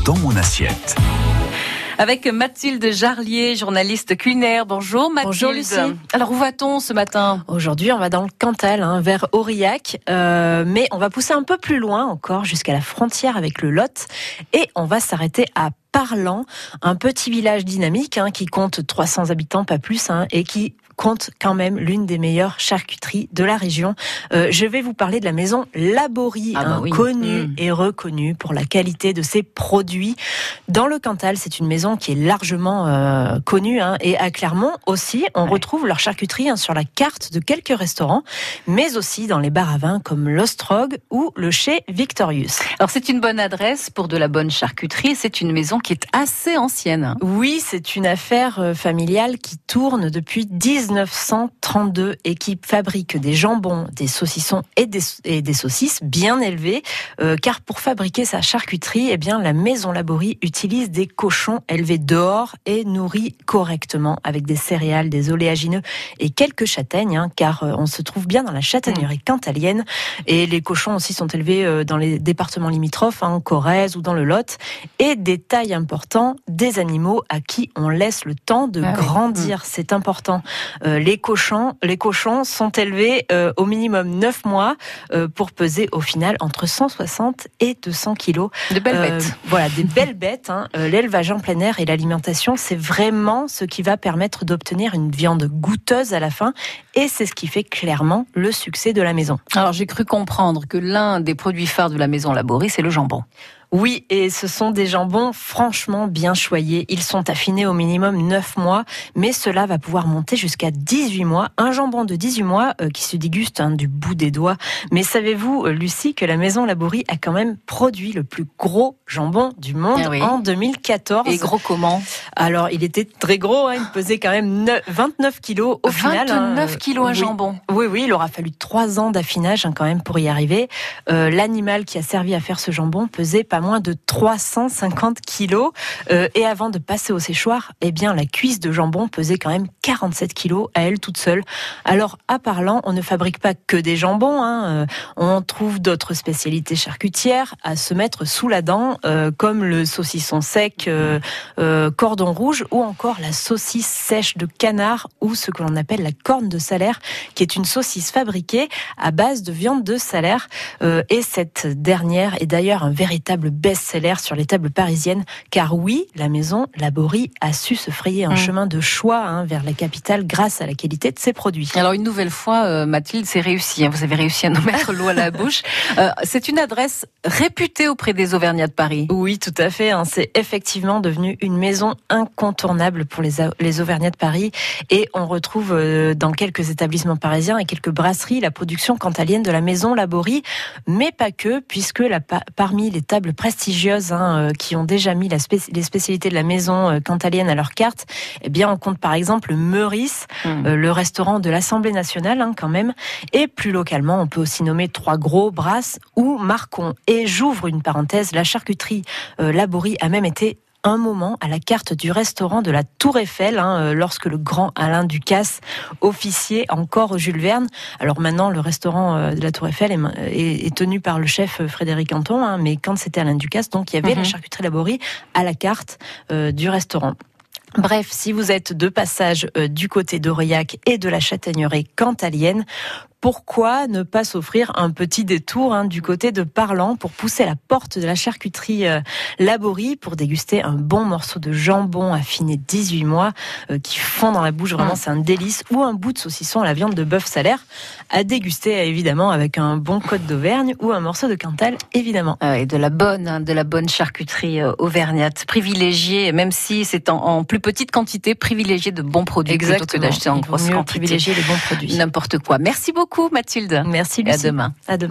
dans mon assiette. Avec Mathilde Jarlier, journaliste culinaire. Bonjour Mathilde. Bonjour Lucie. Alors où va-t-on ce matin ? Aujourd'hui, on va dans le Cantal, vers Aurillac, mais on va pousser un peu plus loin encore jusqu'à la frontière avec le Lot et on va s'arrêter à Parlant, un petit village dynamique qui compte 300 habitants, pas plus, et qui compte quand même l'une des meilleures charcuteries de la région. Je vais vous parler de la maison Laborie, connue et reconnue pour la qualité de ses produits. Dans le Cantal, c'est une maison qui est largement connue, et à Clermont aussi, on retrouve leur charcuterie sur la carte de quelques restaurants, mais aussi dans les bars à vin comme l'Ostrog ou le Chez Victorius. Alors c'est une bonne adresse pour de la bonne charcuterie, c'est une maison qui est assez ancienne. Oui, c'est une affaire familiale qui tourne depuis 1932 et qui fabrique des jambons, des saucissons et des saucisses bien élevés, car pour fabriquer sa charcuterie, la maison Laborie utilise des cochons élevés dehors et nourris correctement avec des céréales, des oléagineux et quelques châtaignes, car on se trouve bien dans la châtaignerie cantalienne et les cochons aussi sont élevés dans les départements limitrophes, Corrèze ou dans le Lot, et des tailles importantes, des animaux à qui on laisse le temps de grandir. C'est important. Les cochons sont élevés au minimum 9 mois pour peser au final entre 160 et 200 kilos. De belles bêtes. Voilà, des belles bêtes. L'élevage en plein air et l'alimentation, c'est vraiment ce qui va permettre d'obtenir une viande goûteuse à la fin et c'est ce qui fait clairement le succès de la maison. Alors j'ai cru comprendre que l'un des produits phares de la maison Laborie, c'est le jambon. Oui, et ce sont des jambons franchement bien choyés. Ils sont affinés au minimum 9 mois, mais cela va pouvoir monter jusqu'à 18 mois. Un jambon de 18 mois qui se déguste du bout des doigts. Mais savez-vous, Lucie, que la maison Laborie a quand même produit le plus gros jambon du monde en 2014. Et gros comment ? Alors, il était très gros, il pesait quand même 29 kilos au final. 29 kilos un jambon. Oui, il aura fallu 3 ans d'affinage quand même pour y arriver. L'animal qui a servi à faire ce jambon pesait pas moins de 350 kilos. Et avant de passer au séchoir, la cuisse de jambon pesait quand même 47 kilos à elle toute seule. Alors, à Parlant, on ne fabrique pas que des jambons. On trouve d'autres spécialités charcutières à se mettre sous la dent, comme le saucisson sec, cordon rouge, ou encore la saucisse sèche de canard, ou ce que l'on appelle la corne de Salaire, qui est une saucisse fabriquée à base de viande de Salaire. Et cette dernière est d'ailleurs un véritable best-seller sur les tables parisiennes, car oui, la maison Laborie a su se frayer un chemin de choix vers la capitale grâce à la qualité de ses produits. Alors une nouvelle fois, Mathilde, c'est réussi. Vous avez réussi à nous mettre l'eau à la bouche. C'est une adresse réputée auprès des Auvergnats de Paris. Oui, tout à fait. C'est effectivement devenu une maison incontournable pour les Auvergnats de Paris. Et on retrouve dans quelques établissements parisiens et quelques brasseries la production cantalienne de la maison Laborie, mais pas que, puisque parmi les tables prestigieuses qui ont déjà mis les spécialités de la maison cantalienne à leur carte, on compte par exemple Meurice, le restaurant de l'Assemblée nationale quand même, et plus localement on peut aussi nommer Trois Gros, Brasse ou Marcon. Et j'ouvre une parenthèse, la charcuterie Laborie a même été un moment à la carte du restaurant de la Tour Eiffel, lorsque le grand Alain Ducasse officiait encore au Jules Verne. Alors maintenant, le restaurant de la Tour Eiffel est tenu par le chef Frédéric Anton, mais quand c'était Alain Ducasse, donc il y avait la charcuterie Laborie à la carte du restaurant. Bref, si vous êtes de passage du côté d'Aurillac et de la châtaignerie cantalienne, pourquoi ne pas s'offrir un petit détour du côté de Parlant pour pousser la porte de la charcuterie Laborie pour déguster un bon morceau de jambon affiné 18 mois qui fond dans la bouche, vraiment c'est un délice, ou un bout de saucisson à la viande de bœuf Salaire à déguster évidemment avec un bon côte d'Auvergne ou un morceau de Cantal évidemment. Et de la bonne charcuterie auvergnate, privilégiée, même si c'est en plus petite quantité, privilégiée de bons produits. Exactement. Plutôt que d'acheter en grosse quantité. Privilégier les bons produits. N'importe quoi. Merci beaucoup Mathilde. Merci Lucie. Et à demain. À demain.